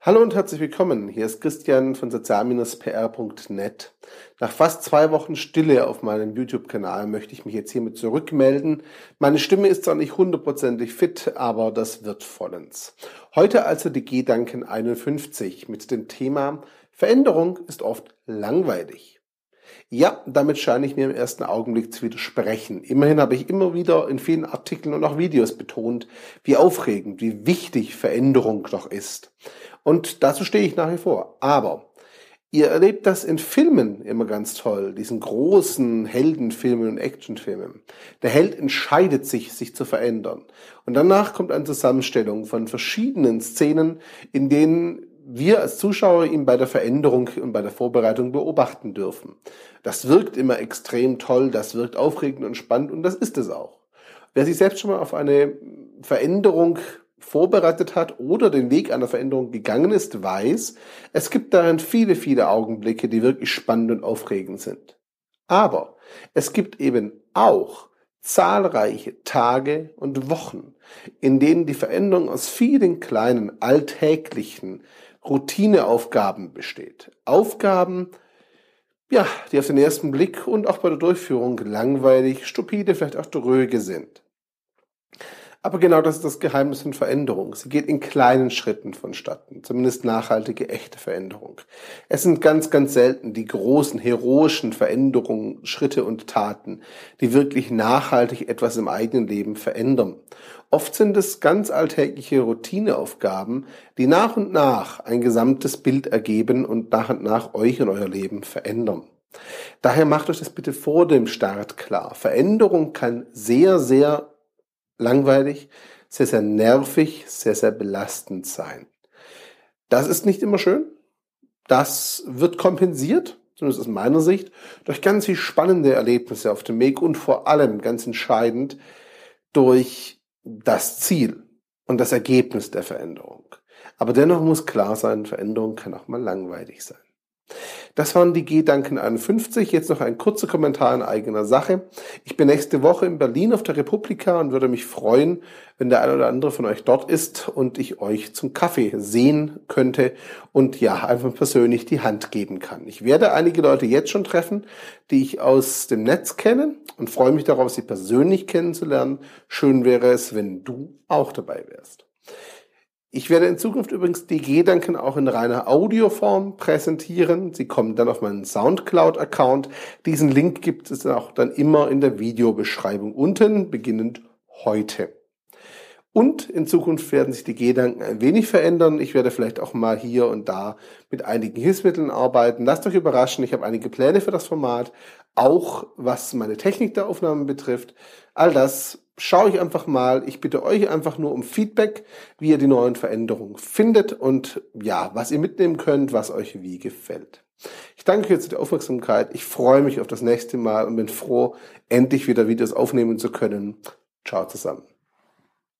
Hallo und herzlich willkommen. Hier ist Christian von sozial-pr.net. Nach fast 2 Wochen Stille auf meinem YouTube-Kanal möchte ich mich jetzt hiermit zurückmelden. Meine Stimme ist zwar nicht hundertprozentig fit, aber das wird vollends. Heute also die Gedanken 51 mit dem Thema Veränderung ist oft langweilig. Ja, damit scheine ich mir im ersten Augenblick zu widersprechen. Immerhin habe ich immer wieder in vielen Artikeln und auch Videos betont, wie aufregend, wie wichtig Veränderung doch ist. Und dazu stehe ich nach wie vor. Aber ihr erlebt das in Filmen immer ganz toll, diesen großen Heldenfilmen und Actionfilmen. Der Held entscheidet sich zu verändern. Und danach kommt eine Zusammenstellung von verschiedenen Szenen, in denen wir als Zuschauer ihn bei der Veränderung und bei der Vorbereitung beobachten dürfen. Das wirkt immer extrem toll, das wirkt aufregend und spannend und das ist es auch. Wer sich selbst schon mal auf eine Veränderung vorbereitet hat oder den Weg einer Veränderung gegangen ist, weiß, es gibt darin viele, viele Augenblicke, die wirklich spannend und aufregend sind. Aber es gibt eben auch zahlreiche Tage und Wochen, in denen die Veränderung aus vielen kleinen, alltäglichen Routineaufgaben besteht. Aufgaben, ja, die auf den ersten Blick und auch bei der Durchführung langweilig, stupide, vielleicht auch dröge sind. Aber genau das ist das Geheimnis von Veränderung. Sie geht in kleinen Schritten vonstatten, zumindest nachhaltige, echte Veränderung. Es sind ganz, ganz selten die großen, heroischen Veränderungen, Schritte und Taten, die wirklich nachhaltig etwas im eigenen Leben verändern. Oft sind es ganz alltägliche Routineaufgaben, die nach und nach ein gesamtes Bild ergeben und nach euch und euer Leben verändern. Daher macht euch das bitte vor dem Start klar. Veränderung kann sehr, sehr langweilig, sehr, sehr nervig, sehr, sehr belastend sein. Das ist nicht immer schön. Das wird kompensiert, zumindest aus meiner Sicht, durch ganz viel spannende Erlebnisse auf dem Weg und vor allem ganz entscheidend durch das Ziel und das Ergebnis der Veränderung. Aber dennoch muss klar sein, Veränderung kann auch mal langweilig sein. Das waren die Gedanken 51. Jetzt noch ein kurzer Kommentar in eigener Sache. Ich bin nächste Woche in Berlin auf der Republika und würde mich freuen, wenn der eine oder andere von euch dort ist und ich euch zum Kaffee sehen könnte und ja, einfach persönlich die Hand geben kann. Ich werde einige Leute jetzt schon treffen, die ich aus dem Netz kenne und freue mich darauf, sie persönlich kennenzulernen. Schön wäre es, wenn du auch dabei wärst. Ich werde in Zukunft übrigens die Gedanken auch in reiner Audioform präsentieren. Sie kommen dann auf meinen Soundcloud-Account. Diesen Link gibt es auch dann immer in der Videobeschreibung unten, beginnend heute. Und in Zukunft werden sich die Gedanken ein wenig verändern. Ich werde vielleicht auch mal hier und da mit einigen Hilfsmitteln arbeiten. Lasst euch überraschen, ich habe einige Pläne für das Format, auch was meine Technik der Aufnahmen betrifft. All das schaue ich einfach mal. Ich bitte euch einfach nur um Feedback, wie ihr die neuen Veränderungen findet und ja, was ihr mitnehmen könnt, was euch wie gefällt. Ich danke euch für die Aufmerksamkeit. Ich freue mich auf das nächste Mal und bin froh, endlich wieder Videos aufnehmen zu können. Ciao zusammen.